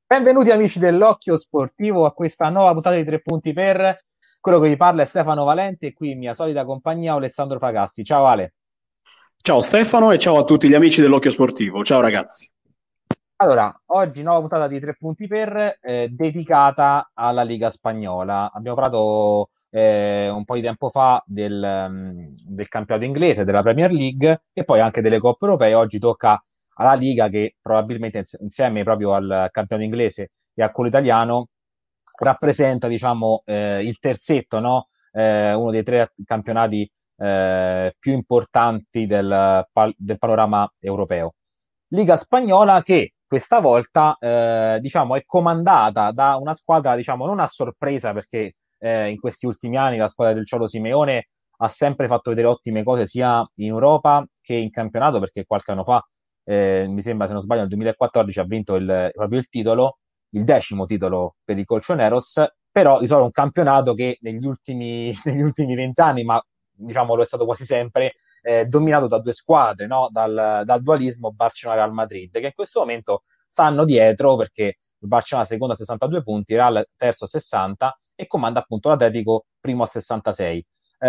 Benvenuti amici dell'Occhio Sportivo a questa nuova puntata di Tre Punti per. Quello che vi parla è Stefano Valente e qui in mia solita compagnia Alessandro Fracassi. Ciao Ale. Ciao Stefano e ciao a tutti gli amici dell'Occhio Sportivo. Ciao ragazzi. Allora, oggi nuova puntata di Tre Punti per dedicata alla Liga Spagnola. Abbiamo parlato un po' di tempo fa del campionato inglese, della Premier League e poi anche delle coppe europee. Oggi tocca alla Liga che probabilmente insieme proprio al campionato inglese e a quello italiano rappresenta, diciamo, il terzetto, no? Uno dei tre campionati più importanti del panorama europeo. Liga spagnola che questa volta diciamo, è comandata da una squadra diciamo, non a sorpresa perché in questi ultimi anni la squadra del Cholo Simeone ha sempre fatto vedere ottime cose sia in Europa che in campionato perché qualche anno fa, mi sembra se non sbaglio nel 2014 ha vinto proprio il titolo, il 10° titolo per i Colchoneros, però di solito un campionato che negli ultimi 20 anni, ma diciamo lo è stato quasi sempre, dominato da due squadre, no? Dal dualismo Barcellona-Real Madrid, che in questo momento stanno dietro perché il Barcellona secondo a 62 punti, il Real terzo a 60 e comanda appunto l'Atletico primo a 66.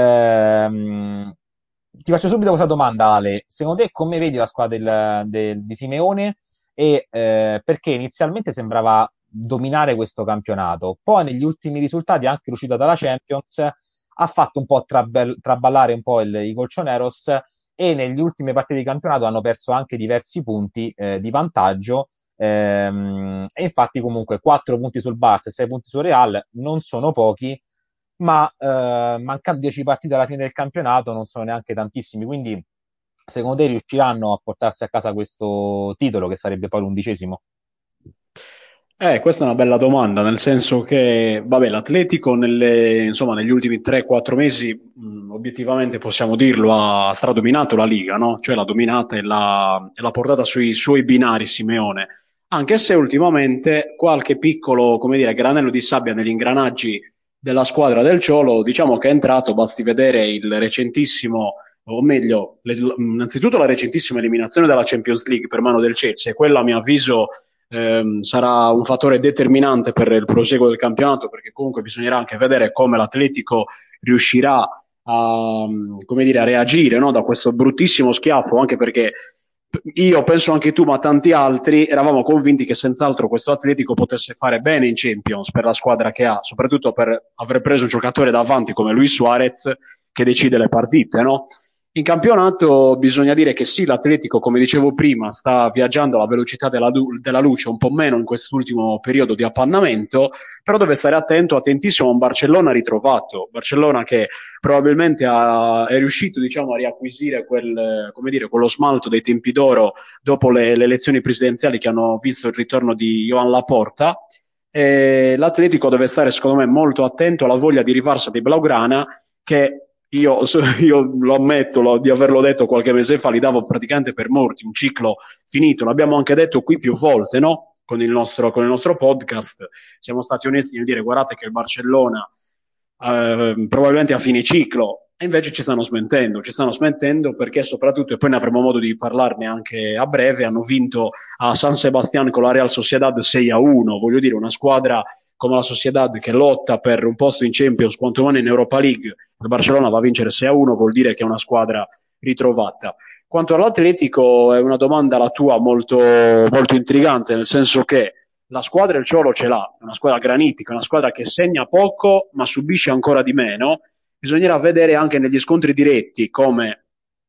Ehm, Ti faccio subito questa domanda, Ale. Secondo te come vedi la squadra di Simeone e perché inizialmente sembrava dominare questo campionato, poi negli ultimi risultati, anche l'uscita dalla Champions, ha fatto un po' traballare un po' i Colchoneros e negli ultime partite di campionato hanno perso anche diversi punti di vantaggio. E infatti, comunque, 4 punti sul Barça e 6 punti sul Real non sono pochi, ma mancando 10 partite alla fine del campionato non sono neanche tantissimi. Quindi, secondo te riusciranno a portarsi a casa questo titolo, che sarebbe poi l'11°? Questa è una bella domanda, nel senso che, vabbè, l'Atletico insomma, negli ultimi 3-4 mesi, obiettivamente possiamo dirlo, ha stradominato la Liga, no? Cioè l'ha dominata e l'ha portata sui suoi binari Simeone. Anche se ultimamente qualche piccolo, come dire, granello di sabbia negli ingranaggi della squadra del Cholo, diciamo che è entrato, basti vedere il recentissimo, o meglio, innanzitutto la recentissima eliminazione dalla Champions League per mano del Chelsea, e quella a mio avviso sarà un fattore determinante per il proseguo del campionato, perché comunque bisognerà anche vedere come l'Atletico riuscirà a, come dire, a reagire, no, da questo bruttissimo schiaffo, anche perché io penso anche tu, ma tanti altri, eravamo convinti che senz'altro questo Atletico potesse fare bene in Champions per la squadra che ha, soprattutto per aver preso un giocatore davanti come Luis Suarez che decide le partite, no? In campionato bisogna dire che sì, l'Atletico, come dicevo prima, sta viaggiando alla velocità della luce, un po' meno in quest'ultimo periodo di appannamento, però deve stare attento, attentissimo a un Barcellona ritrovato. Barcellona che probabilmente è riuscito, diciamo, a riacquisire come dire, quello smalto dei tempi d'oro dopo le elezioni presidenziali che hanno visto il ritorno di Joan Laporta. E l'Atletico deve stare, secondo me, molto attento alla voglia di rifarsa di Blaugrana, che io lo ammetto di averlo detto qualche mese fa, li davo praticamente per morti, un ciclo finito. L'abbiamo anche detto qui più volte, no? Con il nostro podcast siamo stati onesti nel dire guardate che il Barcellona probabilmente a fine ciclo, e invece ci stanno smentendo perché soprattutto, e poi ne avremo modo di parlarne anche a breve, hanno vinto a San Sebastián con la Real Sociedad 6-1, voglio dire una squadra come la Sociedad che lotta per un posto in Champions, quantomeno in Europa League, il Barcellona va a vincere 6-1, vuol dire che è una squadra ritrovata. Quanto all'Atletico, è una domanda la tua molto, molto intrigante, nel senso che la squadra il Ciolo ce l'ha, è una squadra granitica, una squadra che segna poco ma subisce ancora di meno. Bisognerà vedere anche negli scontri diretti come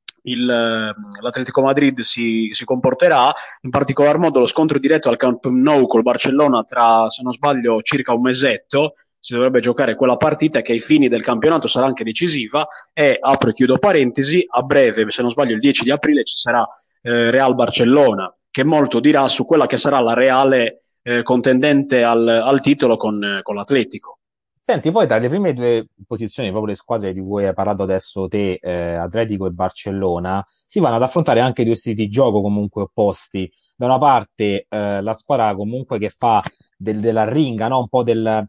l'Atletico Madrid si comporterà, in particolar modo lo scontro diretto al Camp Nou col Barcellona tra, se non sbaglio, circa un mesetto. Si dovrebbe giocare quella partita che ai fini del campionato sarà anche decisiva, e apro e chiudo parentesi, a breve, se non sbaglio il 10 di aprile ci sarà Real Barcellona, che molto dirà su quella che sarà la reale contendente al titolo con l'Atletico. Senti, poi tra le prime due posizioni, proprio le squadre di cui hai parlato adesso te, Atletico e Barcellona, si vanno ad affrontare anche due stili di gioco comunque opposti. Da una parte la squadra comunque che fa della ringa, no? Un po'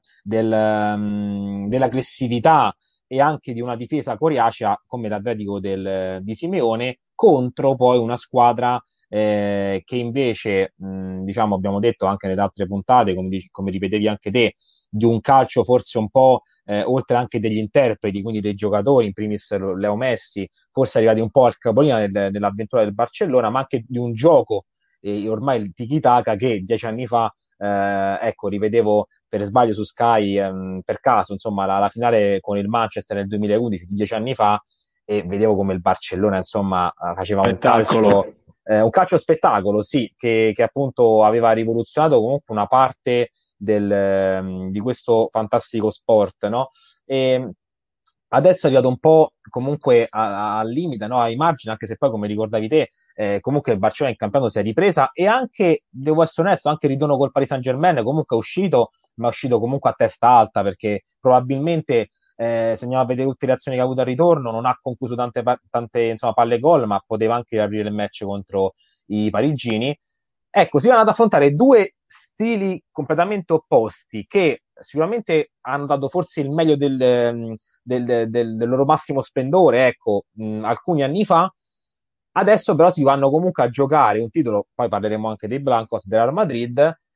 dell'aggressività e anche di una difesa coriacea come l'Atletico di Simeone, contro poi una squadra che invece, diciamo, abbiamo detto anche nelle altre puntate, come ripetevi anche te, di un calcio forse un po', oltre anche degli interpreti, quindi dei giocatori, in primis Leo Messi, forse arrivati un po' al capolinea nell'avventura del Barcellona, ma anche di un gioco, ormai il tiki-taka, che 10 anni fa, ecco, rivedevo per sbaglio su Sky, per caso, insomma, la finale con il Manchester nel 2011, 10 anni fa, e vedevo come il Barcellona, insomma, faceva Spettacolo. un calcio spettacolo, sì, che appunto aveva rivoluzionato comunque una parte di questo fantastico sport, no? E adesso è arrivato un po' comunque al limite, no? Ai margini, anche se poi, come ricordavi te, comunque il Barcellona in campionato si è ripresa, e anche, devo essere onesto, anche il ritorno col Paris Saint-Germain comunque è uscito, ma è uscito comunque a testa alta, perché probabilmente, se andiamo a vedere tutte le azioni che ha avuto al ritorno, non ha concluso tante insomma, palle gol, ma poteva anche riaprire il match contro i parigini. Ecco, si vanno ad affrontare due stili completamente opposti, che sicuramente hanno dato forse il meglio del loro massimo splendore, ecco, alcuni anni fa. Adesso però si vanno comunque a giocare un titolo, poi parleremo anche dei Blancos del Real Madrid.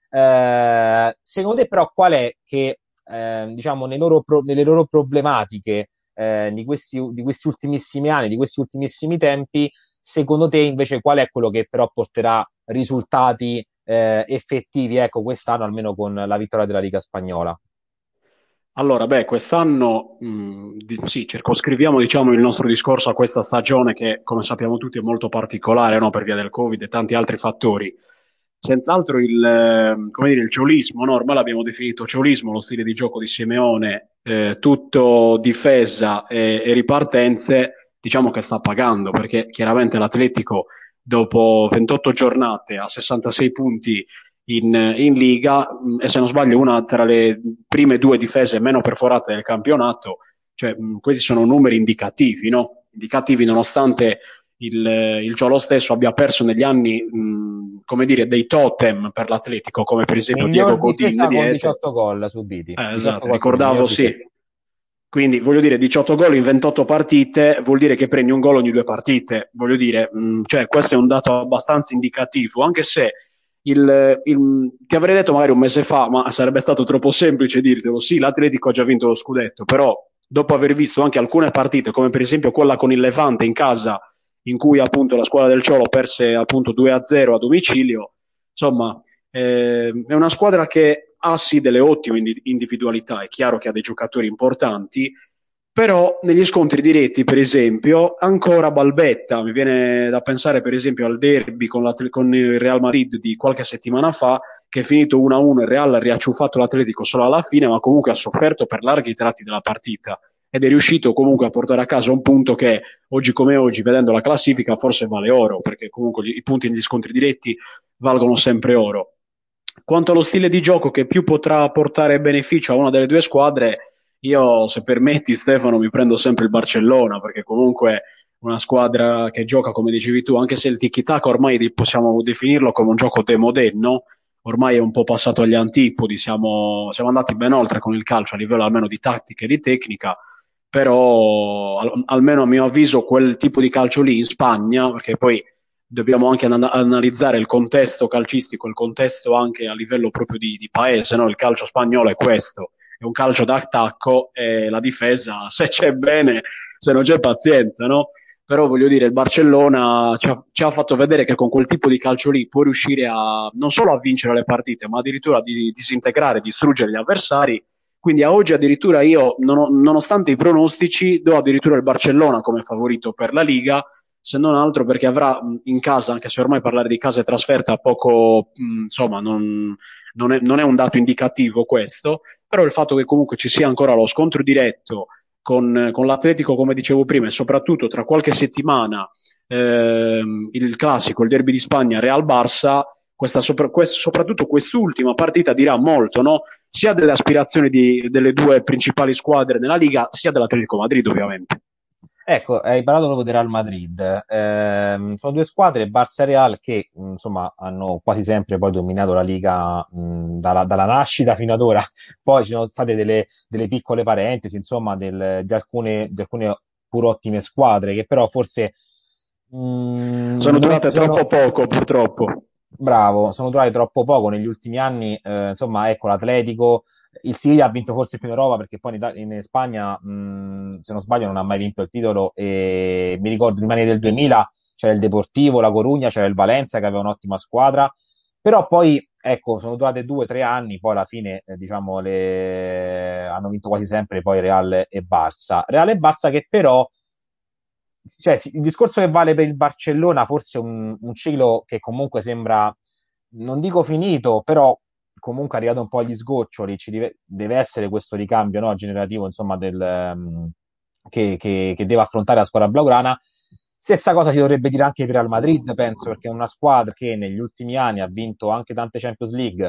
Secondo te però qual è che, diciamo, nelle loro problematiche, di questi ultimissimi anni, di questi ultimissimi tempi, secondo te invece qual è quello che però porterà risultati effettivi, ecco, quest'anno, almeno con la vittoria della Liga spagnola? Allora, beh, quest'anno sì, circoscriviamo diciamo, il nostro discorso a questa stagione che, come sappiamo tutti, è molto particolare, no? Per via del Covid e tanti altri fattori. Senz'altro come dire, il ciolismo, no? Ormai l'abbiamo definito ciolismo, lo stile di gioco di Simeone, tutto difesa e ripartenze, diciamo che sta pagando, perché chiaramente l'Atletico, dopo 28 giornate a 66 punti in Liga, e se non sbaglio una tra le prime due difese meno perforate del campionato, cioè questi sono numeri indicativi, no? Indicativi nonostante il Giallo stesso abbia perso negli anni, come dire, dei totem per l'Atletico, come per esempio Diego Miglior Godin difesa con dietro. 18 gol subiti. 18 Esatto, gol subiti, miglior ricordavo, difesa. sì. Quindi voglio dire, 18 gol in 28 partite vuol dire che prendi un gol ogni due partite. Voglio dire, cioè, questo è un dato abbastanza indicativo, anche se ti avrei detto magari un mese fa, ma sarebbe stato troppo semplice dirtelo. Sì, l'Atletico ha già vinto lo scudetto, però dopo aver visto anche alcune partite, come per esempio quella con il Levante in casa, in cui appunto la squadra del Ciolo perse appunto 2-0 a domicilio, insomma, è una squadra che ha sì delle ottime individualità, è chiaro che ha dei giocatori importanti, però negli scontri diretti, per esempio, ancora balbetta. Mi viene da pensare, per esempio, al derby con il Real Madrid di qualche settimana fa, che è finito 1-1. Il Real ha riacciuffato l'Atletico solo alla fine, ma comunque ha sofferto per larghi tratti della partita. Ed è riuscito comunque a portare a casa un punto che oggi come oggi, vedendo la classifica, forse vale oro, perché comunque i punti negli scontri diretti valgono sempre oro. Quanto allo stile di gioco che più potrà portare beneficio a una delle due squadre, io, se permetti, Stefano, mi prendo sempre il Barcellona, perché comunque una squadra che gioca, come dicevi tu, anche se il tiki-taka ormai possiamo definirlo come un gioco demodé, no? Ormai è un po' passato agli antipodi, siamo andati ben oltre con il calcio a livello almeno di tattica e di tecnica, però almeno a mio avviso quel tipo di calcio lì in Spagna, perché poi dobbiamo anche analizzare il contesto calcistico, il contesto anche a livello proprio di paese, no? Il calcio spagnolo è questo, è un calcio d'attacco e la difesa, se c'è bene, se non c'è pazienza, no? Però voglio dire, il Barcellona ci ha fatto vedere che con quel tipo di calcio lì può riuscire a non solo a vincere le partite, ma addirittura di disintegrare, distruggere gli avversari. Quindi a oggi addirittura io, nonostante i pronostici, do addirittura il Barcellona come favorito per la Liga, se non altro perché avrà in casa, anche se ormai parlare di casa e trasferta poco, insomma, non è un dato indicativo questo, però il fatto che comunque ci sia ancora lo scontro diretto con l'Atletico, come dicevo prima, e soprattutto tra qualche settimana il classico, il derby di Spagna, Real-Barça, soprattutto quest'ultima partita dirà molto, no? Sia delle aspirazioni delle due principali squadre nella Liga, sia dell'Atletico Madrid, ovviamente. Ecco, hai parlato proprio del Real Madrid. Sono due squadre, Barça e Real, che insomma hanno quasi sempre poi dominato la Liga, dalla nascita fino ad ora. Poi ci sono state delle piccole parentesi, insomma, di alcune pur ottime squadre, che però forse Sono Non durate troppo sono poco, purtroppo. bravo, sono durati troppo poco negli ultimi anni. Insomma, ecco, l'Atletico, il Siviglia ha vinto forse più in Europa perché poi in Spagna, se non sbaglio, non ha mai vinto il titolo. E mi ricordo prima del 2000 c'era il Deportivo, la Corugna, c'era il Valencia che aveva un'ottima squadra. Però poi, ecco, sono durate 2 o 3 anni, poi alla fine, diciamo, hanno vinto quasi sempre poi Real e Barça. Real e Barça che però cioè, sì, il discorso che vale per il Barcellona, forse un ciclo che comunque sembra, non dico finito, però comunque è arrivato un po' agli sgoccioli, deve essere questo ricambio, no, generativo, insomma, che deve affrontare la squadra blaugrana. Stessa cosa si dovrebbe dire anche per Real Madrid, penso, perché è una squadra che negli ultimi anni ha vinto anche tante Champions League,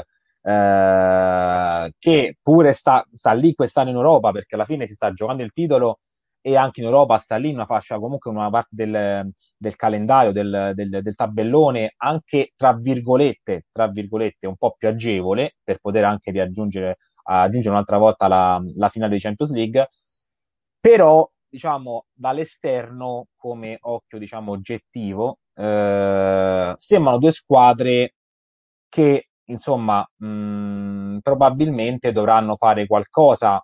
che pure sta lì quest'anno in Europa, perché alla fine si sta giocando il titolo e anche in Europa sta lì in una fascia, comunque in una parte del calendario, del tabellone, anche tra virgolette, un po' più agevole per poter anche aggiungere un'altra volta la finale di Champions League. Però, diciamo, dall'esterno, come occhio, diciamo, oggettivo, sembrano due squadre che insomma probabilmente dovranno fare qualcosa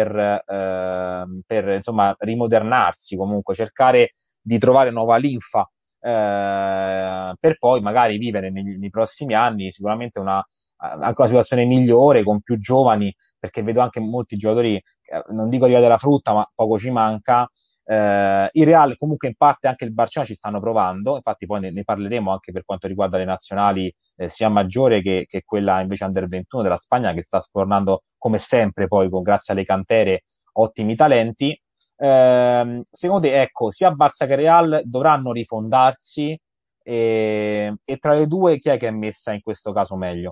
per insomma rimodernarsi, comunque cercare di trovare nuova linfa per poi magari vivere nei prossimi anni sicuramente anche una situazione migliore con più giovani, perché vedo anche molti giocatori, non dico arrivati alla frutta, ma poco ci manca. Il Real, comunque, in parte anche il Barcellona ci stanno provando. Infatti, poi ne parleremo anche per quanto riguarda le nazionali, sia maggiore che quella invece under 21 della Spagna, che sta sfornando come sempre, poi grazie alle cantere, ottimi talenti. Secondo te, ecco, sia Barça che Real dovranno rifondarsi e tra le due chi è che è messa in questo caso meglio?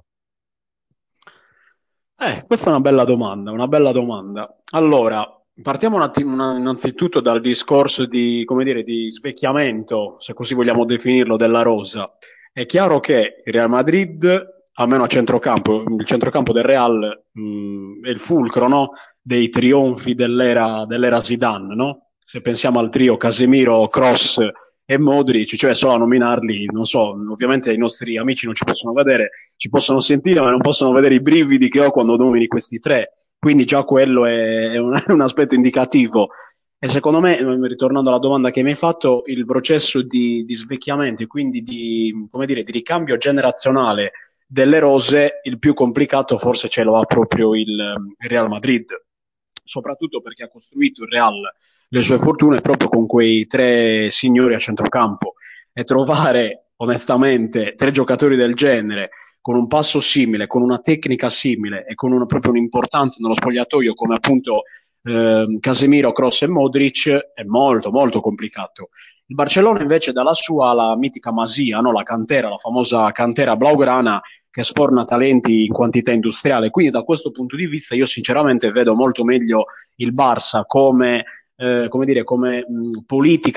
Questa è una bella domanda, una bella domanda. Allora, partiamo innanzitutto dal discorso di, come dire, di svecchiamento, se così vogliamo definirlo, della rosa. È chiaro che il Real Madrid, almeno a centrocampo, il centrocampo del Real, è il fulcro, no? Dei trionfi dell'era Zidane, no? Se pensiamo al trio Casemiro, Kroos e Modric, cioè solo a nominarli, non so, ovviamente i nostri amici non ci possono vedere, ci possono sentire, ma non possono vedere i brividi che ho quando nomini questi tre. Quindi già quello è è un aspetto indicativo. E secondo me, ritornando alla domanda che mi hai fatto, il processo di svecchiamento e quindi di, come dire, di ricambio generazionale delle rose, il più complicato forse ce lo ha proprio il Real Madrid, soprattutto perché ha costruito il Real le sue fortune proprio con quei tre signori a centrocampo e trovare onestamente tre giocatori del genere con un passo simile, con una tecnica simile e con proprio un'importanza nello spogliatoio come appunto Casemiro, Kroos e Modric è molto molto complicato. Il Barcellona invece dalla sua la mitica Masia, no? La cantera, la famosa cantera blaugrana che sforna talenti in quantità industriale. Quindi da questo punto di vista io sinceramente vedo molto meglio il Barça come dire, come politica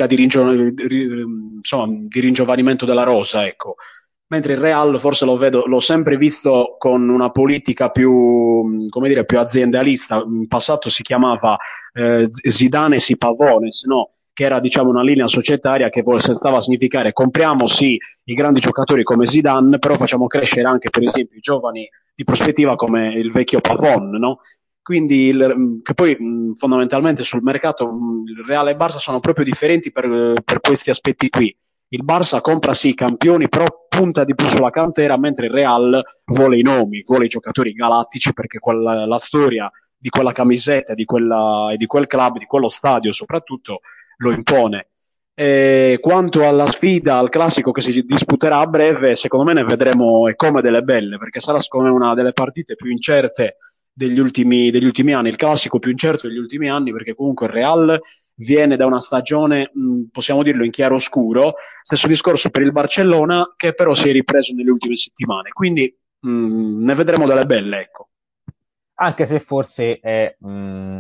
di ringiovanimento della rosa, ecco. Mentre il Real forse lo vedo, l'ho sempre visto con una politica più, come dire, più aziendalista. In passato si chiamava Zidanes y Pavones, no? Che era diciamo una linea societaria che stava a significare compriamo sì i grandi giocatori come Zidane, però facciamo crescere anche per esempio i giovani di prospettiva come il vecchio Pavon, no? Quindi, che poi fondamentalmente sul mercato il Real e il Barça sono proprio differenti per questi aspetti qui. Il Barça compra sì i campioni, però punta di più sulla cantera, mentre il Real vuole i nomi, vuole i giocatori galattici perché la storia di quella camisetta e di quel club, di quello stadio soprattutto, lo impone. E quanto alla sfida, al classico che si disputerà a breve, secondo me ne vedremo e come delle belle, perché sarà secondo me una delle partite più incerte degli ultimi anni, il classico più incerto degli ultimi anni, perché comunque il Real viene da una stagione, possiamo dirlo, in chiaroscuro. Stesso discorso per il Barcellona, che però si è ripreso nelle ultime settimane. Quindi ne vedremo delle belle, ecco. Anche se forse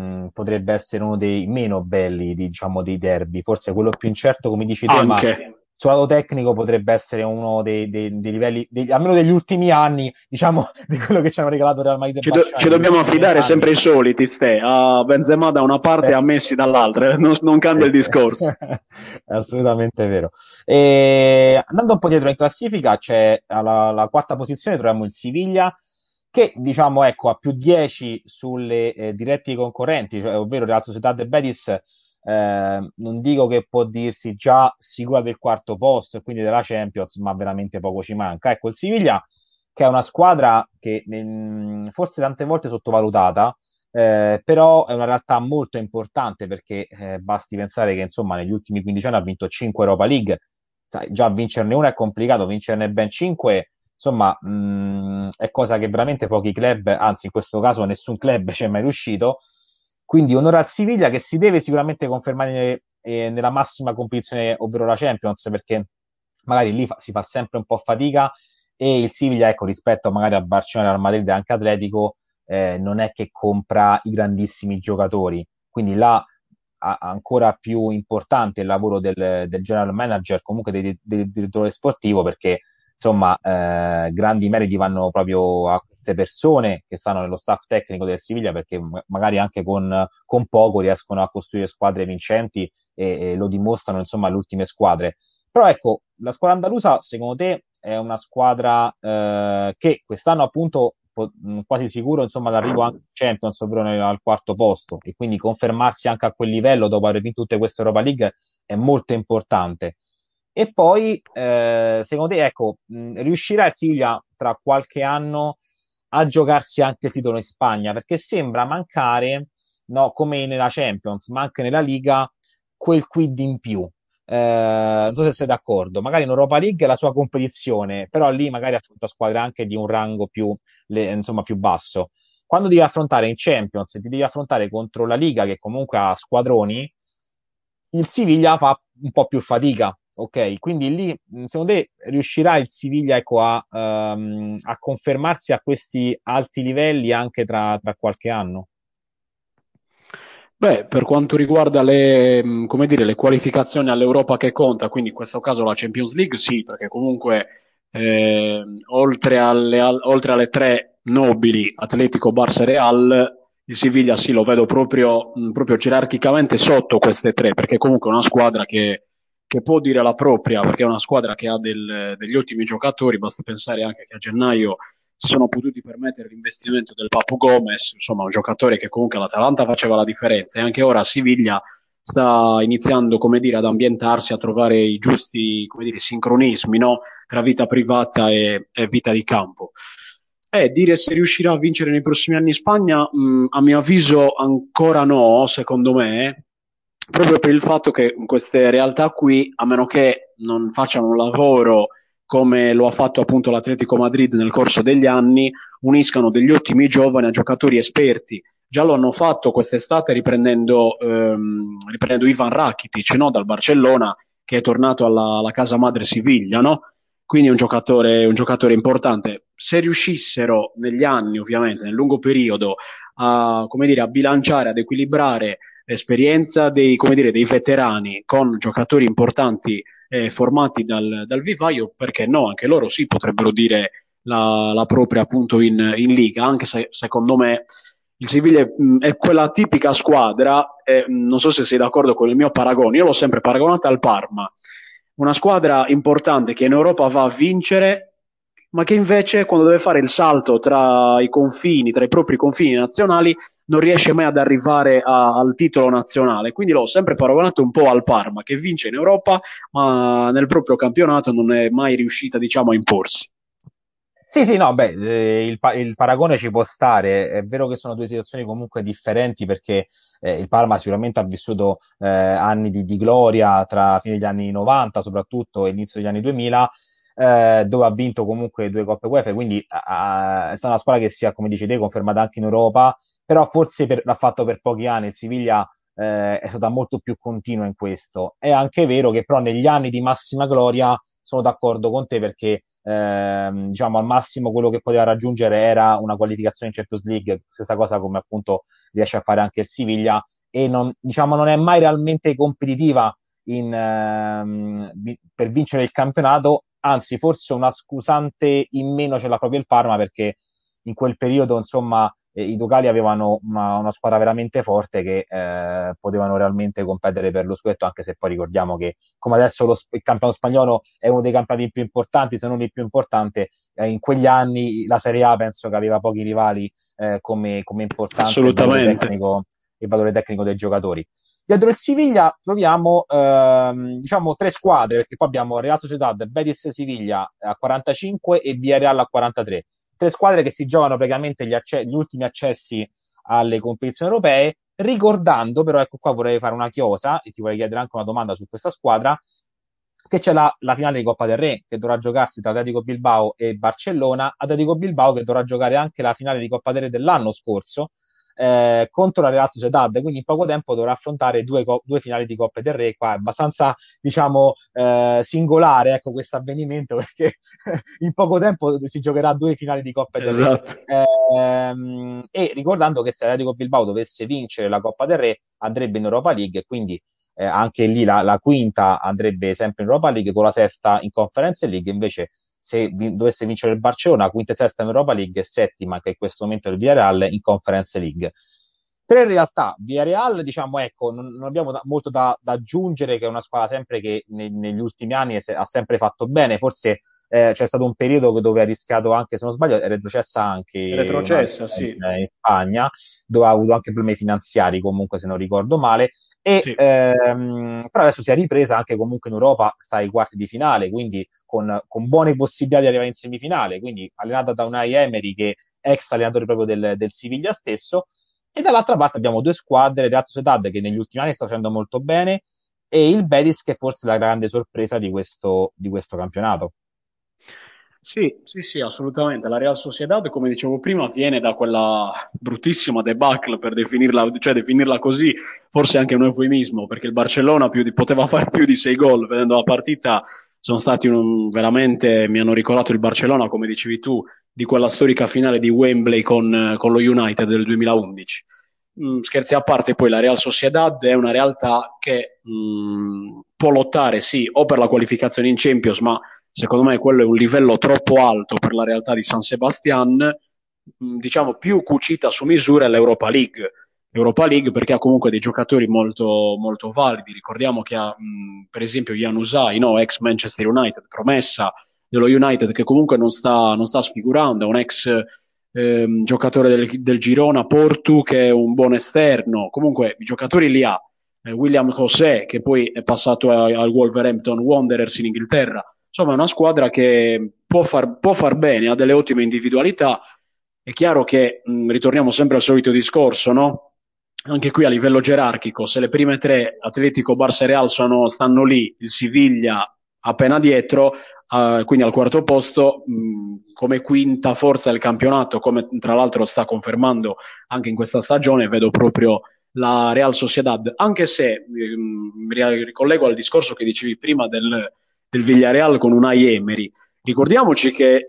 potrebbe essere uno dei meno belli, diciamo, dei derby, forse quello più incerto, come dici te, ma Anche. sul lato tecnico potrebbe essere uno dei livelli, almeno degli ultimi anni, diciamo, di quello che ci hanno regalato Real Madrid e Barcellona Ci negli dobbiamo ultimi affidare sempre vent'anni. ai soliti, ste, a Benzema da una parte e a Messi dall'altra, non cambia il discorso. È assolutamente vero. E andando un po' dietro in classifica, c'è alla quarta posizione troviamo il Siviglia, che diciamo ecco, ha più 10 sulle diretti concorrenti, cioè, ovvero Real Sociedad e Betis. Non dico che può dirsi già sicura del quarto posto e quindi della Champions, ma veramente poco ci manca. Ecco, il Siviglia, che è una squadra che forse tante volte sottovalutata, però è una realtà molto importante perché basti pensare che insomma negli ultimi 15 anni ha vinto 5 Europa League. Sai, già vincerne una è complicato, vincerne ben 5 insomma è cosa che veramente pochi club, anzi in questo caso nessun club ci è mai riuscito. Quindi onore al Siviglia, che si deve sicuramente confermare nella massima competizione, ovvero la Champions, perché magari lì si fa sempre un po' fatica, e il Siviglia, ecco, rispetto magari a Barcellona, Real Madrid e anche Atletico, non è che compra i grandissimi giocatori, quindi là ancora più importante il lavoro del general manager, comunque del direttore sportivo, perché insomma grandi meriti vanno proprio a queste persone che stanno nello staff tecnico del Siviglia, perché magari anche con poco riescono a costruire squadre vincenti e lo dimostrano insomma le ultime squadre. Però ecco, la squadra andalusa secondo te è una squadra che quest'anno appunto quasi sicuro insomma l'arrivo anche in Champions, ovvero al quarto posto, e quindi confermarsi anche a quel livello dopo aver vinto tutte queste Europa League è molto importante. E poi, secondo te, ecco, riuscirà il Siviglia tra qualche anno a giocarsi anche il titolo in Spagna? Perché sembra mancare, no, come nella Champions, ma anche nella Liga, quel quid in più. Non so se sei d'accordo, magari in Europa League è la sua competizione, però lì magari affronta squadre anche di un rango più, insomma, più basso. Quando devi affrontare in Champions e ti devi affrontare contro la Liga, che comunque ha squadroni, il Siviglia fa un po' più fatica, ok? Quindi lì, secondo te, riuscirà il Siviglia, ecco, a confermarsi a questi alti livelli anche tra qualche anno? Beh, per quanto riguarda come dire, le qualificazioni all'Europa che conta, quindi in questo caso la Champions League, sì, perché comunque oltre alle tre nobili, Atletico, Barça e Real, il Siviglia sì, lo vedo proprio gerarchicamente sotto queste tre, perché comunque è una squadra che può dire la propria, perché è una squadra che ha degli ottimi giocatori, basta pensare anche che a gennaio si sono potuti permettere l'investimento del Papu Gomez, insomma un giocatore che comunque all'Atalanta faceva la differenza, e anche ora a Siviglia sta iniziando, come dire, ad ambientarsi, a trovare i giusti, come dire, sincronismi, no? Tra vita privata e vita di campo. Dire se riuscirà a vincere nei prossimi anni in Spagna, a mio avviso ancora no, secondo me, proprio per il fatto che in queste realtà qui, a meno che non facciano un lavoro come lo ha fatto appunto l'Atletico Madrid nel corso degli anni, uniscano degli ottimi giovani a giocatori esperti. Già lo hanno fatto quest'estate riprendendo Ivan Rakitic, no? Dal Barcellona, che è tornato alla casa madre Siviglia, no? Quindi è un giocatore importante. Se riuscissero negli anni, ovviamente, nel lungo periodo, a, come dire, a bilanciare, ad equilibrare l'esperienza come dire, dei veterani con giocatori importanti formati dal vivaio, perché no? Anche loro sì potrebbero dire la propria appunto in Liga, anche se secondo me il Siviglia è quella tipica squadra, non so se sei d'accordo con il mio paragone, io l'ho sempre paragonata al Parma, una squadra importante che in Europa va a vincere, ma che invece quando deve fare il salto tra i confini, tra i propri confini nazionali, non riesce mai ad arrivare al titolo nazionale. Quindi l'ho sempre paragonato un po' al Parma, che vince in Europa, ma nel proprio campionato non è mai riuscita, diciamo, a imporsi. Sì, sì, no, beh, il paragone ci può stare. È vero che sono due situazioni comunque differenti perché il Parma sicuramente ha vissuto anni di gloria tra fine degli anni 90 soprattutto e inizio degli anni 2000, dove ha vinto comunque due Coppe UEFA, quindi è stata una squadra che si è, come dici te, confermata anche in Europa, però forse l'ha fatto per pochi anni. Il Siviglia è stata molto più continua in questo. È anche vero che però negli anni di massima gloria sono d'accordo con te perché diciamo al massimo quello che poteva raggiungere era una qualificazione in Champions League, stessa cosa come appunto riesce a fare anche il Siviglia, e non, diciamo, non è mai realmente competitiva per vincere il campionato, anzi forse una scusante in meno ce l'ha proprio il Parma, perché in quel periodo insomma i locali avevano una squadra veramente forte che potevano realmente competere per lo scudetto, anche se poi ricordiamo che come adesso il campionato spagnolo è uno dei campionati più importanti, se non il più importante, in quegli anni la Serie A penso che aveva pochi rivali come importanza Assolutamente. e valore tecnico dei giocatori. Dietro il Siviglia troviamo diciamo tre squadre, perché poi abbiamo Real Sociedad, Betis Siviglia a 45 e Villarreal a 43. Tre squadre che si giocano praticamente gli ultimi accessi alle competizioni europee, ricordando però, ecco qua vorrei fare una chiosa e ti vorrei chiedere anche una domanda su questa squadra, che c'è la finale di Coppa del Re che dovrà giocarsi tra Atletico Bilbao e Barcellona, Atletico Bilbao che dovrà giocare anche la finale di Coppa del Re dell'anno scorso contro la Real Sociedad, quindi in poco tempo dovrà affrontare due finali di Coppa del Re. Qua è abbastanza, diciamo, singolare, ecco, questo avvenimento, perché in poco tempo si giocherà due finali di Coppa del Re. Esatto. E ricordando che se Atletico Bilbao dovesse vincere la Coppa del Re andrebbe in Europa League, e quindi anche lì la quinta andrebbe sempre in Europa League, con la sesta in Conference League. Invece se dovesse vincere il Barcellona, quinta e sesta in Europa League e settima, che in questo momento è il Villarreal, in Conference League. Tre in realtà, Villarreal, diciamo, ecco, non abbiamo molto da aggiungere, che è una squadra sempre che negli ultimi anni ha sempre fatto bene. Forse c'è stato un periodo dove ha rischiato anche, se non sbaglio, è retrocessa anche una Retrocessa, volta sì. in Spagna, dove ha avuto anche problemi finanziari, comunque, se non ricordo male. Sì. Però adesso si è ripresa anche comunque in Europa, sta ai quarti di finale, quindi con buone possibilità di arrivare in semifinale, quindi allenata da Unai Emery, che è ex allenatore proprio del Siviglia stesso. E dall'altra parte abbiamo due squadre, Real Sociedad che negli ultimi anni sta facendo molto bene, e il Betis che forse è la grande sorpresa di questo campionato. Sì, sì, sì, assolutamente. La Real Sociedad, come dicevo prima, viene da quella bruttissima debacle, per definirla, cioè definirla così, forse anche un eufemismo, perché il Barcellona poteva fare più di 6 gol vedendo la partita. Sono stati veramente, mi hanno ricordato il Barcellona, come dicevi tu, di quella storica finale di Wembley con lo United del 2011. Scherzi a parte, poi la Real Sociedad è una realtà che può lottare, sì, o per la qualificazione in Champions, ma secondo me quello è un livello troppo alto per la realtà di San Sebastian. Diciamo più cucita su misura è l'Europa League. Europa League perché ha comunque dei giocatori molto, molto validi. Ricordiamo che ha, per esempio, Januzaj, no? Ex Manchester United, promessa dello United, che comunque non sta sfigurando, è un ex giocatore del Girona Portu, che è un buon esterno. Comunque i giocatori li ha. William José, che poi è passato al Wolverhampton Wanderers in Inghilterra. Insomma, è una squadra che può far bene, ha delle ottime individualità. È chiaro che ritorniamo sempre al solito discorso, no? Anche qui a livello gerarchico, se le prime tre, Atletico, Barça e Real, stanno lì, il Siviglia appena dietro, quindi al quarto posto, come quinta forza del campionato, come tra l'altro sta confermando anche in questa stagione, vedo proprio la Real Sociedad, anche se mi ricollego al discorso che dicevi prima del Villarreal con Unai Emery. Ricordiamoci che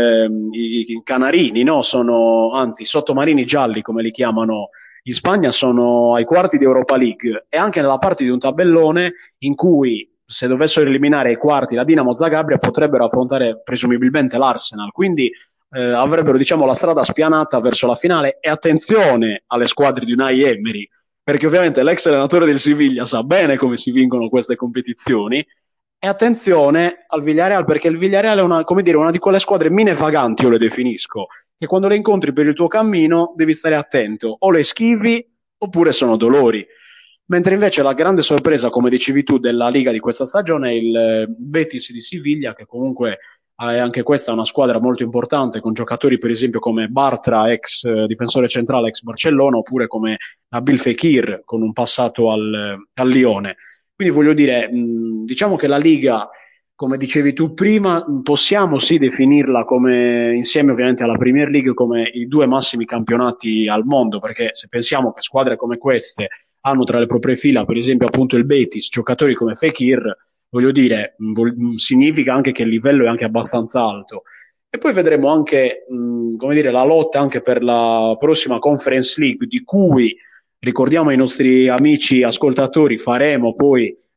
i canarini, no, anzi, i sottomarini gialli, come li chiamano in Spagna, sono ai quarti di Europa League e anche nella parte di un tabellone in cui, se dovessero eliminare ai quarti la Dinamo Zagabria, potrebbero affrontare presumibilmente l'Arsenal. Quindi avrebbero, diciamo, la strada spianata verso la finale. E attenzione alle squadre di Unai Emery, perché ovviamente l'ex allenatore del Siviglia sa bene come si vincono queste competizioni. E attenzione al Villarreal, perché il Villarreal è come dire, una di quelle squadre mine vaganti, io le definisco, che quando le incontri per il tuo cammino devi stare attento, o le schivi oppure sono dolori. Mentre invece la grande sorpresa, come dicevi tu, della Liga di questa stagione è il Betis di Siviglia, che comunque è anche questa una squadra molto importante, con giocatori per esempio come Bartra, ex difensore centrale, ex Barcellona, oppure come Nabil Fekir, con un passato al Lione. Quindi voglio dire, diciamo che la Liga, come dicevi tu prima, possiamo sì definirla come, insieme ovviamente alla Premier League, come i due massimi campionati al mondo, perché se pensiamo che squadre come queste hanno tra le proprie fila, per esempio appunto il Betis, giocatori come Fekir, voglio dire, significa anche che il livello è anche abbastanza alto. E poi vedremo anche, come dire, la lotta anche per la prossima Conference League, di cui ricordiamo ai nostri amici ascoltatori, faremo poi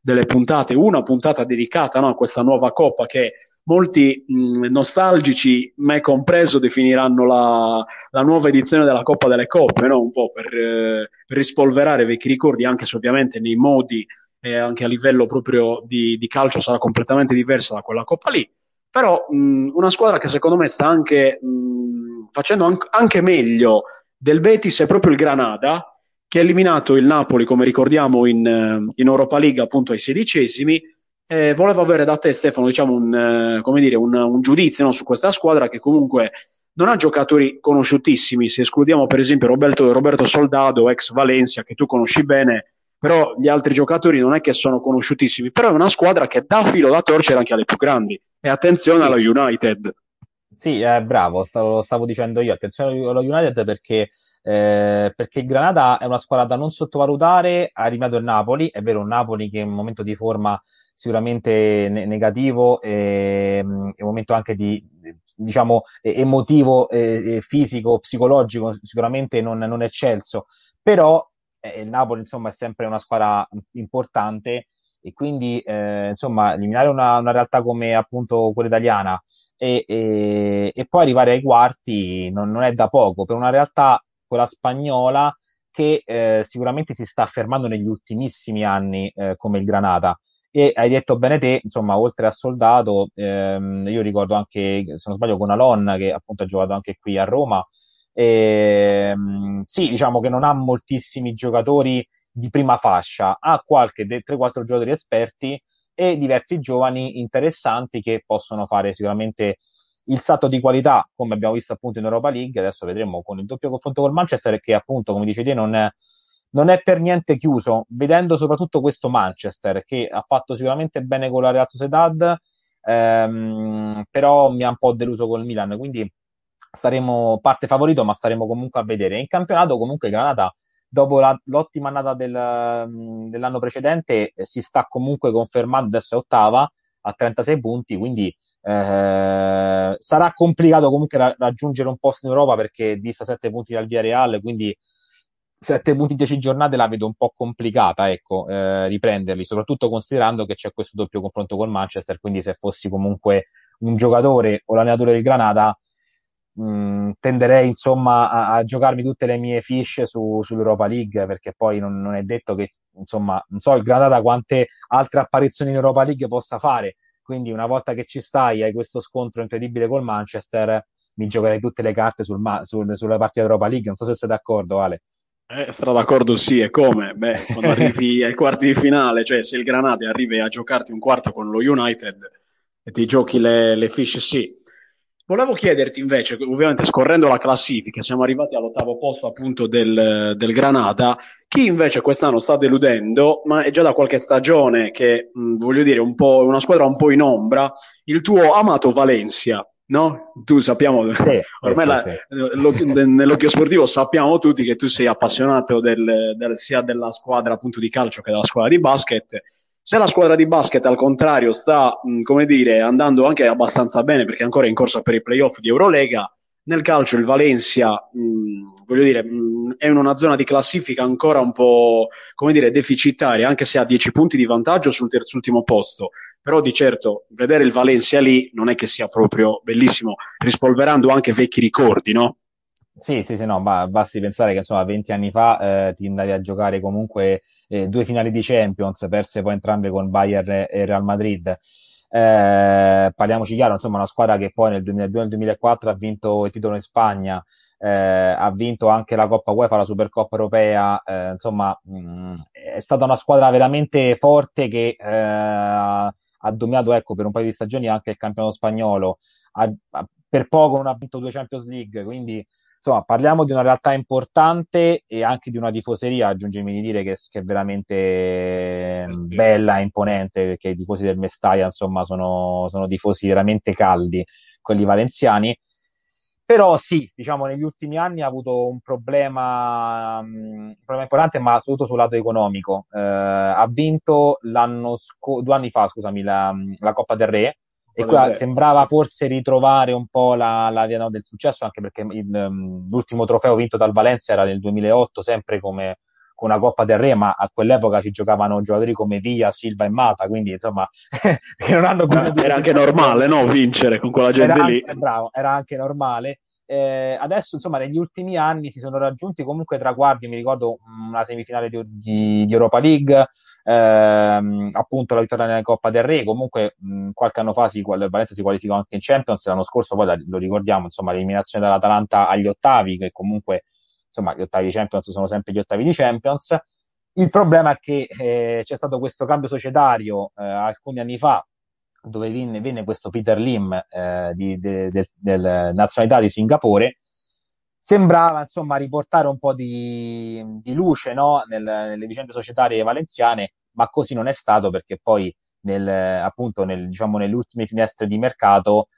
delle puntate, una puntata dedicata, no, a questa nuova coppa che molti nostalgici, me compreso, definiranno la nuova edizione della Coppa delle Coppe, no? Un po' per rispolverare vecchi ricordi, anche se ovviamente nei modi e anche a livello proprio di calcio sarà completamente diversa da quella Coppa lì. Però una squadra che secondo me sta anche facendo anche meglio del Betis è proprio il Granada, che ha eliminato il Napoli, come ricordiamo, in Europa League appunto ai sedicesimi. Volevo avere da te, Stefano, diciamo come dire, un giudizio, no, su questa squadra che comunque non ha giocatori conosciutissimi. Se escludiamo per esempio Roberto Soldado, ex Valencia, che tu conosci bene, però gli altri giocatori non è che sono conosciutissimi. Però è una squadra che dà filo da torcere anche alle più grandi. E attenzione alla Sì, United. sì, bravo, stavo dicendo io, attenzione allo United perché il Granada è una squadra da non sottovalutare, ha eliminato il Napoli, è vero, un Napoli che è in un momento di forma sicuramente negativo e un momento anche diciamo, emotivo, fisico, psicologico, sicuramente non eccelso, però il Napoli insomma è sempre una squadra importante e quindi insomma eliminare una realtà come appunto quella italiana e poi arrivare ai quarti non è da poco per una realtà, quella spagnola, che sicuramente si sta affermando negli ultimissimi anni come il Granata. E hai detto bene te, insomma, oltre a Soldato, io ricordo anche, se non sbaglio, con Alon, che appunto ha giocato anche qui a Roma. Sì, diciamo che non ha moltissimi giocatori di prima fascia, ha qualche 3-4 giocatori esperti e diversi giovani interessanti che possono fare sicuramente il salto di qualità, come abbiamo visto appunto in Europa League. Adesso vedremo con il doppio confronto col Manchester, che appunto, come dice te, non è per niente chiuso, vedendo soprattutto questo Manchester, che ha fatto sicuramente bene con la Real Sociedad, però mi ha un po' deluso col Milan, quindi staremo parte favorito, ma staremo comunque a vedere. In campionato comunque Granata dopo l'ottima annata dell'anno precedente, si sta comunque confermando, adesso è ottava a 36 punti, quindi sarà complicato comunque raggiungere un posto in Europa perché dista 7 punti dal Villarreal, quindi 7 punti in 10 giornate la vedo un po' complicata, ecco, riprenderli, soprattutto considerando che c'è questo doppio confronto col Manchester, quindi se fossi comunque un giocatore o l'allenatore del Granata, tenderei insomma a giocarmi tutte le mie fiche sull'Europa League, perché poi non è detto che, insomma, non so il Granata quante altre apparizioni in Europa League possa fare, quindi una volta che ci stai, hai questo scontro incredibile col Manchester, mi giocherei tutte le carte sulla partita Europa League, non so se sei d'accordo, Ale. Sarò d'accordo, sì, e come? Beh, quando arrivi ai quarti di finale, cioè se il Granada arrivi a giocarti un quarto con lo United e ti giochi le fish, sì. Volevo chiederti invece, ovviamente scorrendo la classifica, siamo arrivati all'ottavo posto appunto del Granada, chi invece quest'anno sta deludendo, ma è già da qualche stagione che, voglio dire, una squadra un po' in ombra, il tuo amato Valencia, no? Tu sappiamo, Sì, sì, ormai sì, sì. nell'occhio sportivo sappiamo tutti che tu sei appassionato sia della squadra appunto di calcio che della squadra di basket. Se la squadra di basket al contrario sta, come dire, andando anche abbastanza bene perché è ancora in corsa per i playoff di Eurolega, nel calcio il Valencia, voglio dire, è in una zona di classifica ancora un po', come dire, deficitaria, anche se ha 10 punti di vantaggio sul terzultimo posto. Però di certo vedere il Valencia lì non è che sia proprio bellissimo, rispolverando anche vecchi ricordi, no? Sì, sì, sì, no, basti pensare che insomma 20 anni fa ti andavi a giocare comunque due finali di Champions, perse poi entrambe con Bayern e Real Madrid. Parliamoci chiaro, insomma, una squadra che poi nel 2002 e nel 2004 ha vinto il titolo in Spagna, ha vinto anche la Coppa UEFA, la Supercoppa europea, insomma, è stata una squadra veramente forte che ha dominato, ecco, per un paio di stagioni anche il campionato spagnolo. Per poco non ha vinto due Champions League, quindi insomma, parliamo di una realtà importante e anche di una tifoseria, aggiungimi di dire, che è veramente Sì. bella e imponente, perché i tifosi del Mestalla, insomma, sono tifosi veramente caldi, quelli valenziani. Però sì, diciamo, negli ultimi anni ha avuto un problema importante, ma soprattutto sul lato economico. Ha vinto 2 anni fa, scusami, la Coppa del Re, e Coppa del qua Re. sembrava forse ritrovare un po' la via no, del successo, anche perché l'ultimo trofeo vinto dal Valencia era nel 2008, sempre con una Coppa del Re, ma a quell'epoca ci giocavano giocatori come Villa, Silva e Mata, quindi insomma che non hanno bisogno di Era anche risultati normale, no? economici. Vincere con quella Era gente lì. anche, bravo, era anche normale. Adesso, insomma, negli ultimi anni si sono raggiunti comunque traguardi. Mi ricordo una semifinale di Europa League, appunto la vittoria nella Coppa del Re. Comunque, qualche anno fa il Valencia si qualificò anche in Champions. L'anno scorso, poi lo ricordiamo, insomma, l'eliminazione dall'Atalanta agli ottavi, che comunque, insomma, gli ottavi di Champions sono sempre gli ottavi di Champions. Il problema è che c'è stato questo cambio societario alcuni anni fa, dove venne questo Peter Lim del nazionalità di Singapore. Sembrava insomma riportare un po' di luce, no? Nelle vicende societarie valenziane, ma così non è stato, perché poi appunto diciamo, nelle ultime finestre di mercato,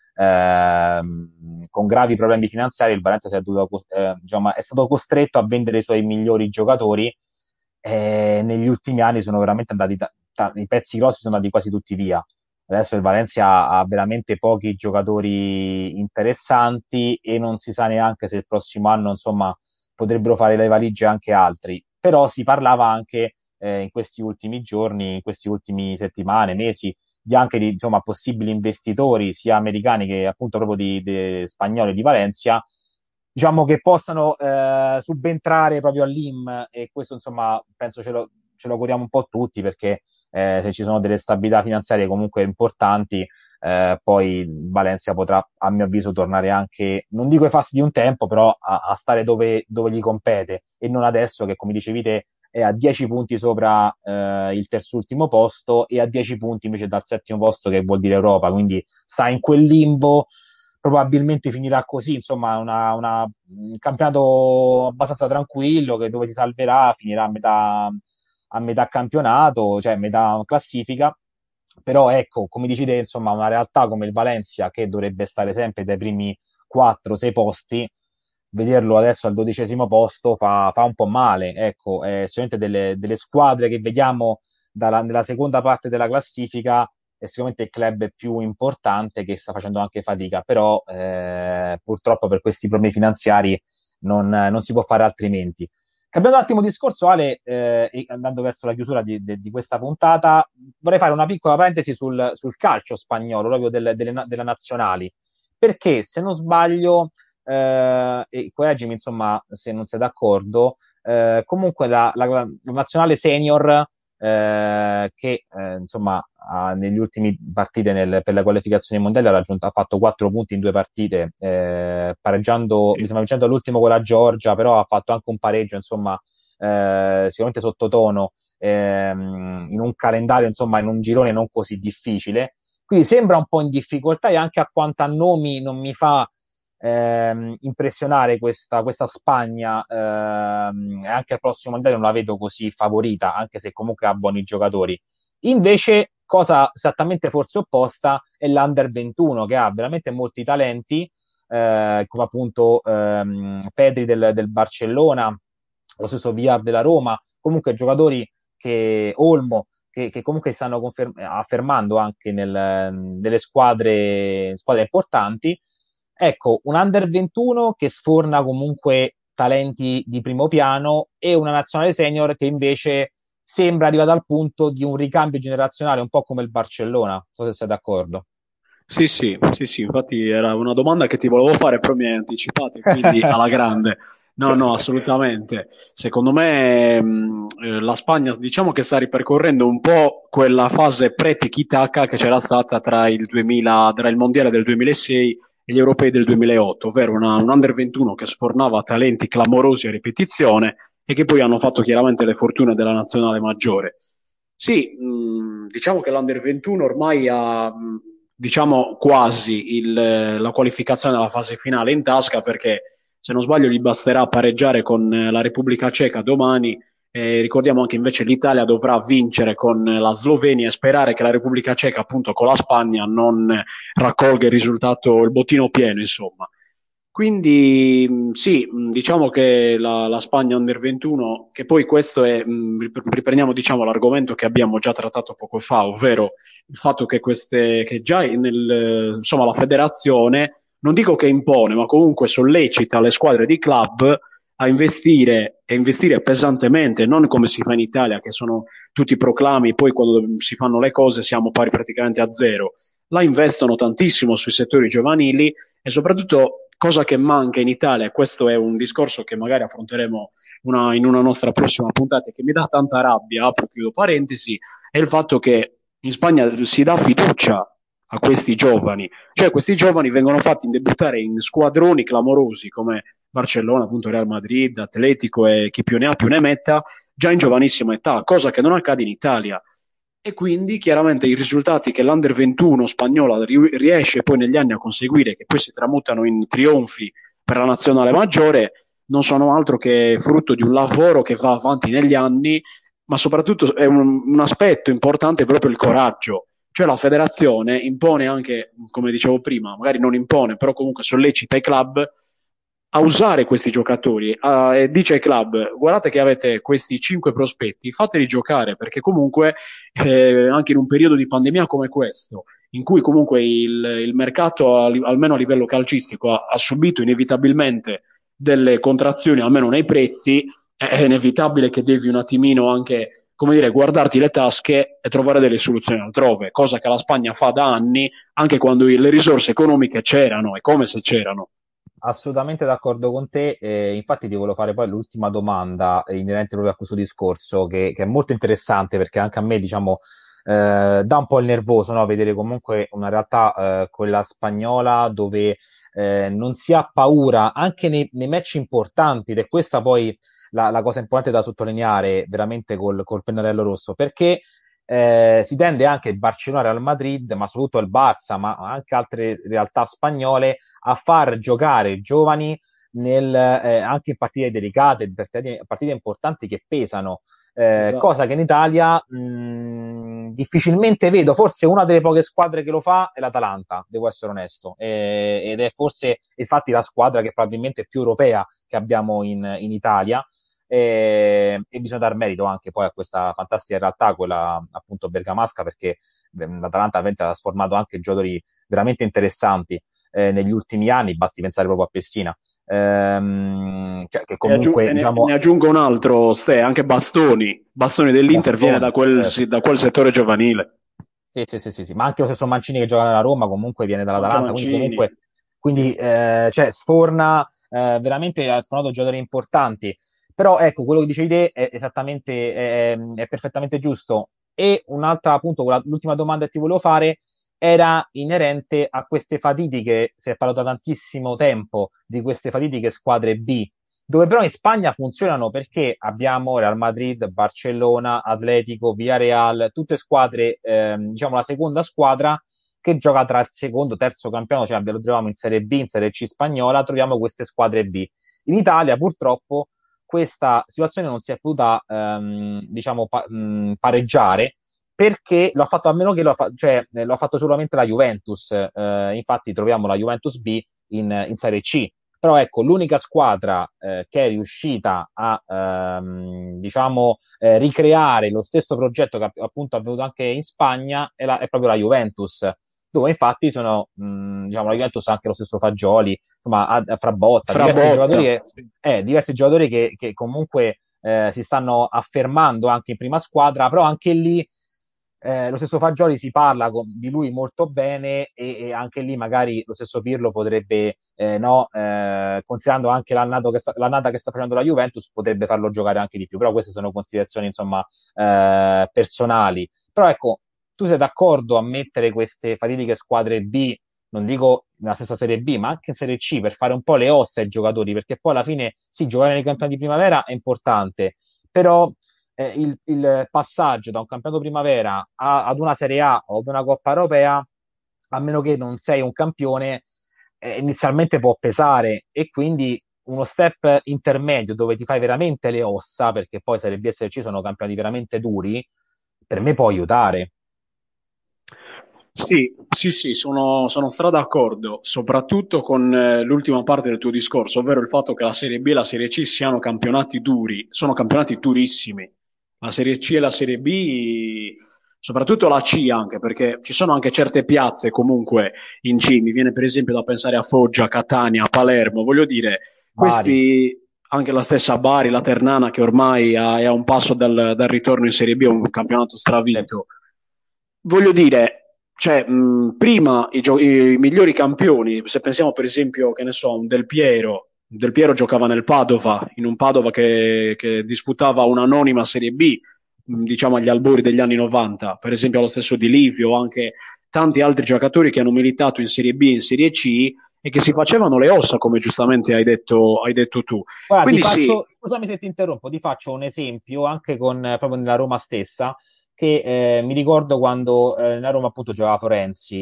con gravi problemi finanziari, il Valencia diciamo, è stato costretto a vendere i suoi migliori giocatori. Negli ultimi anni sono veramente andati i pezzi grossi sono andati quasi tutti via. Adesso il Valencia ha veramente pochi giocatori interessanti e non si sa neanche se il prossimo anno, insomma, potrebbero fare le valigie anche altri. Però si parlava anche in questi ultimi giorni, in questi ultimi settimane, mesi, di anche di insomma, possibili investitori, sia americani che appunto proprio di spagnoli di Valencia, diciamo che possano subentrare proprio all'IM, e questo insomma penso ce lo auguriamo un po' tutti, perché se ci sono delle stabilità finanziarie comunque importanti, poi Valencia potrà, a mio avviso, tornare anche, non dico ai fasti di un tempo, però a stare dove gli compete, e non adesso che, come dicevi te, è a 10 punti sopra il terzultimo posto e a 10 punti invece dal settimo posto, che vuol dire Europa, quindi sta in quel limbo. Probabilmente finirà così, insomma, un campionato abbastanza tranquillo, dove si salverà, finirà a metà campionato, cioè a metà classifica. Però ecco, come dici te, insomma, una realtà come il Valencia, che dovrebbe stare sempre dai primi 4-6 posti, vederlo adesso al 12° posto fa un po' male. Ecco, sicuramente delle squadre che vediamo nella seconda parte della classifica è sicuramente il club più importante, che sta facendo anche fatica, però purtroppo per questi problemi finanziari non si può fare altrimenti. Cambiando un attimo discorso, Ale, e andando verso la chiusura di questa puntata, vorrei fare una piccola parentesi sul calcio spagnolo, proprio delle nazionali, perché se non sbaglio, e correggimi insomma se non sei d'accordo, comunque la nazionale senior, che insomma negli ultimi partite per la qualificazione mondiale ha fatto 4 punti in 2 partite, pareggiando, mi Sì. sembra vincendo all'ultimo con la Georgia, però ha fatto anche un pareggio, insomma, sicuramente sottotono, in un calendario, insomma, in un girone non così difficile. Quindi sembra un po' in difficoltà, e anche a quanto a nomi non mi fa impressionare questa Spagna, e anche al prossimo mondiale non la vedo così favorita, anche se comunque ha buoni giocatori. Invece, cosa esattamente forse opposta, è l'Under 21, che ha veramente molti talenti, come appunto Pedri del Barcellona, lo stesso Villar della Roma, comunque giocatori Olmo, che comunque stanno affermando anche nelle squadre importanti. Ecco, un Under 21 che sforna comunque talenti di primo piano, e una nazionale senior che invece sembra arrivata al punto di un ricambio generazionale, un po' come il Barcellona. Non so se sei d'accordo. Sì, sì, sì, sì, infatti era una domanda che ti volevo fare, però mi hai anticipato, e quindi alla grande. No, no, assolutamente. Secondo me la Spagna diciamo che sta ripercorrendo un po' quella fase pre-tiki-taka che c'era stata tra il mondiale del 2006 e gli europei del 2008, ovvero un Under 21 che sfornava talenti clamorosi a ripetizione e che poi hanno fatto chiaramente le fortune della nazionale maggiore. Sì, diciamo che l'Under 21 ormai ha, diciamo, quasi la qualificazione della fase finale in tasca, perché se non sbaglio gli basterà pareggiare con la Repubblica Ceca domani. Ricordiamo anche invece l'Italia dovrà vincere con la Slovenia e sperare che la Repubblica Ceca, appunto con la Spagna, non raccolga il risultato, il bottino pieno, insomma. Quindi sì, diciamo che la Spagna Under 21, che poi questo è, riprendiamo diciamo l'argomento che abbiamo già trattato poco fa, ovvero il fatto che già insomma la federazione, non dico che impone, ma comunque sollecita le squadre di club a investire e investire pesantemente, non come si fa in Italia, che sono tutti proclami, poi quando si fanno le cose siamo pari praticamente a zero. La investono tantissimo sui settori giovanili e soprattutto cosa che manca in Italia, e questo è un discorso che magari affronteremo in una nostra prossima puntata, che mi dà tanta rabbia, apro e chiudo parentesi, è il fatto che in Spagna si dà fiducia a questi giovani, cioè questi giovani vengono fatti debuttare in squadroni clamorosi come Barcellona, appunto Real Madrid, Atletico e chi più ne ha più ne metta, già in giovanissima età, cosa che non accade in Italia. E quindi chiaramente i risultati che l'Under 21 spagnola riesce poi negli anni a conseguire, che poi si tramutano in trionfi per la nazionale maggiore, non sono altro che frutto di un lavoro che va avanti negli anni, ma soprattutto è un aspetto importante proprio il coraggio. Cioè la federazione impone anche, come dicevo prima, magari non impone, però comunque sollecita i club a usare questi giocatori e dice ai club guardate che avete questi 5 prospetti, fateli giocare perché comunque anche in un periodo di pandemia come questo, in cui comunque il mercato, almeno a livello calcistico, ha subito inevitabilmente delle contrazioni, almeno nei prezzi, è inevitabile che devi un attimino anche, come dire, guardarti le tasche e trovare delle soluzioni altrove, cosa che la Spagna fa da anni, anche quando le risorse economiche c'erano, e come se c'erano. Assolutamente d'accordo con te. Infatti ti volevo fare poi l'ultima domanda inerente proprio a questo discorso che è molto interessante perché anche a me, diciamo, dà un po' il nervoso, no? Vedere comunque una realtà, quella spagnola, dove non si ha paura anche nei match importanti, ed è questa poi la cosa importante da sottolineare veramente col pennarello rosso, perché si tende anche il Barcellona, Real Madrid, ma soprattutto il Barça, ma anche altre realtà spagnole a far giocare giovani anche in partite delicate, partite importanti che pesano, cosa Esatto. che in Italia difficilmente vedo. Forse una delle poche squadre che lo fa è l'Atalanta, devo essere onesto, ed è forse infatti la squadra che probabilmente è più europea che abbiamo in Italia. E bisogna dar merito anche poi a questa fantastica realtà, quella appunto bergamasca, perché l'Atalanta ha trasformato anche giocatori veramente interessanti negli ultimi anni, basti pensare proprio a Pessina, cioè, che comunque Ne diciamo aggiungo un altro, Ste, anche Bastoni. Bastoni dell'Inter viene Bastoni, certo. da quel settore giovanile. Sì, sì, sì, sì, sì, ma anche lo stesso Mancini che gioca nella Roma comunque viene Anche dall'Atalanta, quindi Mancini. comunque quindi, Sì. cioè, sforna veramente, ha sfornato giocatori importanti. Però ecco, quello che dicevi te è esattamente, è perfettamente giusto. E un'altra, appunto, l'ultima domanda che ti volevo fare era inerente a queste fatitiche, si è parlato da tantissimo tempo di queste fatitiche squadre B, dove però in Spagna funzionano perché abbiamo Real Madrid, Barcellona, Atletico, Villarreal, tutte squadre, diciamo la seconda squadra che gioca tra il secondo e terzo campionato, cioè lo troviamo in Serie B, in Serie C spagnola, troviamo queste squadre B. In Italia purtroppo questa situazione non si è potuta, diciamo, pareggiare perché lo ha fatto, a meno che cioè, lo ha fatto solamente la Juventus, infatti troviamo la Juventus B in Serie C. Però ecco, l'unica squadra che è riuscita a diciamo, ricreare lo stesso progetto che appunto è avvenuto anche in Spagna è proprio la Juventus, dove infatti sono, diciamo, la Juventus ha anche lo stesso Fagioli, insomma, fra Botta, Frabotta. Sì. diversi giocatori che comunque si stanno affermando anche in prima squadra, però anche lì lo stesso Fagioli si parla di lui molto bene e anche lì magari lo stesso Pirlo potrebbe, no, considerando anche l'annata che sta facendo la Juventus, potrebbe farlo giocare anche di più, però queste sono considerazioni insomma personali. Però ecco, tu sei d'accordo a mettere queste fatidiche squadre B, non dico nella stessa Serie B, ma anche in Serie C, per fare un po' le ossa ai giocatori, perché poi alla fine sì, giocare nei campionati di primavera è importante, però il passaggio da un campionato primavera ad una Serie A o ad una Coppa Europea, a meno che non sei un campione, inizialmente può pesare, e quindi uno step intermedio dove ti fai veramente le ossa, perché poi Serie B e Serie C sono campionati veramente duri, per me può aiutare. Sì, sì, sì, sono stra d'accordo, soprattutto con l'ultima parte del tuo discorso, ovvero il fatto che la Serie B e la Serie C siano campionati duri, sono campionati durissimi. La Serie C e la Serie B, soprattutto la C anche, perché ci sono anche certe piazze comunque in C, mi viene per esempio da pensare a Foggia, Catania, Palermo, voglio dire, Bari, questi anche la stessa Bari, la Ternana, che ormai è a un passo dal ritorno in Serie B, è un campionato Sì. stravinto. Voglio dire, cioè, prima i migliori campioni, se pensiamo per esempio, che ne so, un Del Piero giocava nel Padova, in un Padova che disputava un'anonima Serie B, diciamo agli albori degli anni 90, per esempio lo stesso Di Livio, anche tanti altri giocatori che hanno militato in Serie B e in Serie C e che si facevano le ossa, come giustamente hai detto tu. Guarda, Quindi sì, scusami se ti interrompo, ti faccio un esempio anche con proprio nella Roma stessa, che mi ricordo quando nella Roma appunto giocava Florenzi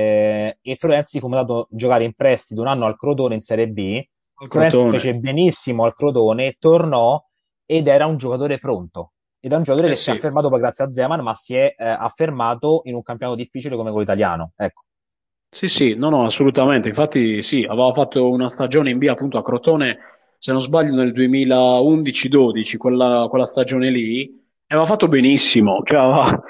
e Florenzi fu mandato a giocare in prestito un anno al Crotone in Serie B. al Florenzi Crotone. fece benissimo al Crotone, tornò ed era un giocatore pronto. Ed è un giocatore Eh che si è sì. affermato poi grazie a Zeman, ma si è affermato in un campionato difficile come quello italiano. Ecco. Sì, sì, no, no, assolutamente. Infatti, sì, aveva fatto una stagione in B appunto a Crotone, se non sbaglio, nel 2011-12, quella stagione lì, e aveva fatto benissimo. Cioè, aveva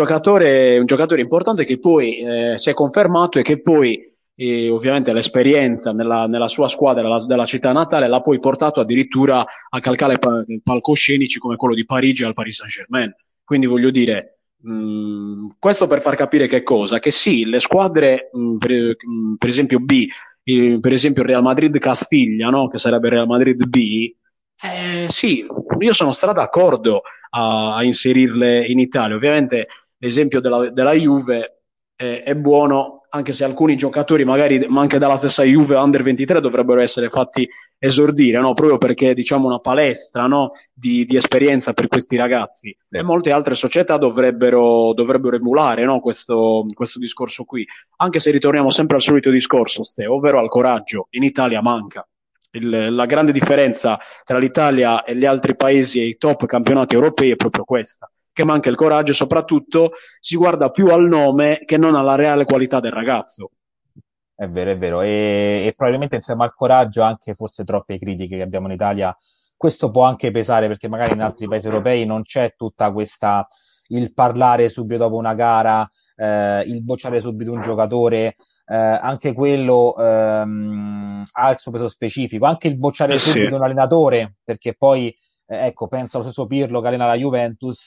un giocatore importante che poi si è confermato e che poi, ovviamente, l'esperienza nella sua squadra della città natale l'ha poi portato addirittura a calcare palcoscenici come quello di Parigi al Paris Saint-Germain. Quindi voglio dire. Questo per far capire che cosa? Che sì, le squadre, per esempio B, per esempio il Real Madrid Castiglia, no? Che sarebbe il Real Madrid B, sì, io sono stato d'accordo a inserirle in Italia. Ovviamente l'esempio della Juve è buono, anche se alcuni giocatori, magari ma anche dalla stessa Juve Under 23, dovrebbero essere fatti esordire, no? Proprio perché è, diciamo, una palestra, no? Di esperienza per questi ragazzi e Sì. molte altre società dovrebbero emulare, no, questo discorso qui, anche se ritorniamo sempre al solito discorso, ovvero al coraggio. In Italia manca. La grande differenza tra l'Italia e gli altri paesi e i top campionati europei è proprio questa, che manca il coraggio e soprattutto si guarda più al nome che non alla reale qualità del ragazzo. È vero, è vero. E probabilmente insieme al coraggio anche forse troppe critiche che abbiamo in Italia. Questo può anche pesare perché magari in altri paesi europei non c'è tutta questa, il parlare subito dopo una gara, il bocciare subito un giocatore, anche quello ha il suo peso specifico. Anche il bocciare Eh sì, subito un allenatore, perché poi, ecco, penso allo stesso Pirlo che allena la Juventus.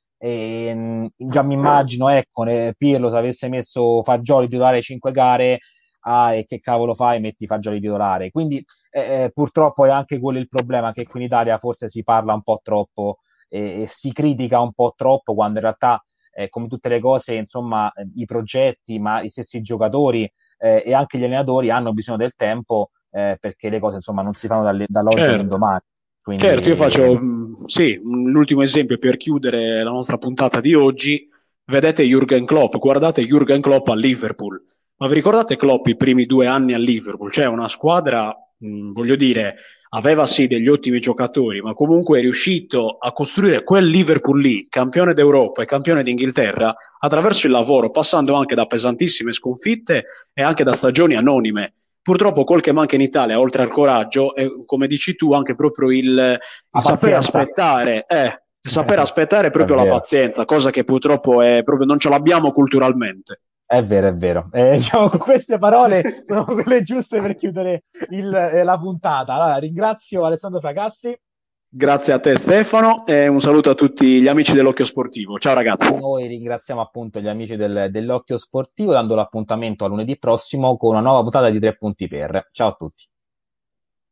Già mi immagino, ecco, Pirlo se avesse messo Fagioli titolare 5 gare, ah, e che cavolo fai? Metti Fagioli titolare. Quindi purtroppo è anche quello il problema, che qui in Italia forse si parla un po' troppo e si critica un po' troppo, quando in realtà, come tutte le cose, insomma, i progetti, ma i stessi giocatori e anche gli allenatori hanno bisogno del tempo, perché le cose, insomma, non si fanno dall'oggi certo. all'indomani. Certo, io Quindi, faccio, sì, l'ultimo esempio per chiudere la nostra puntata di oggi. Vedete Jürgen Klopp, guardate Jürgen Klopp a Liverpool. Ma vi ricordate Klopp i primi 2 anni a Liverpool? Cioè una squadra, voglio dire, aveva sì degli ottimi giocatori, ma comunque è riuscito a costruire quel Liverpool lì, campione d'Europa e campione d'Inghilterra, attraverso il lavoro, passando anche da pesantissime sconfitte e anche da stagioni anonime. Purtroppo quel che manca in Italia, oltre al coraggio, è, come dici tu, anche proprio la il saper pazienza. aspettare, il saper aspettare è È proprio la vero. pazienza, cosa che purtroppo è proprio, non ce l'abbiamo culturalmente. È vero, è vero. Diciamo, con queste parole sono quelle giuste per chiudere la puntata. Allora, ringrazio Alessandro Fracassi. Grazie a te Stefano e un saluto a tutti gli amici dell'Occhio Sportivo. Ciao ragazzi. Noi ringraziamo appunto gli amici dell'Occhio Sportivo, dando l'appuntamento a lunedì prossimo con una nuova puntata di Tre Punti Per. Ciao a tutti.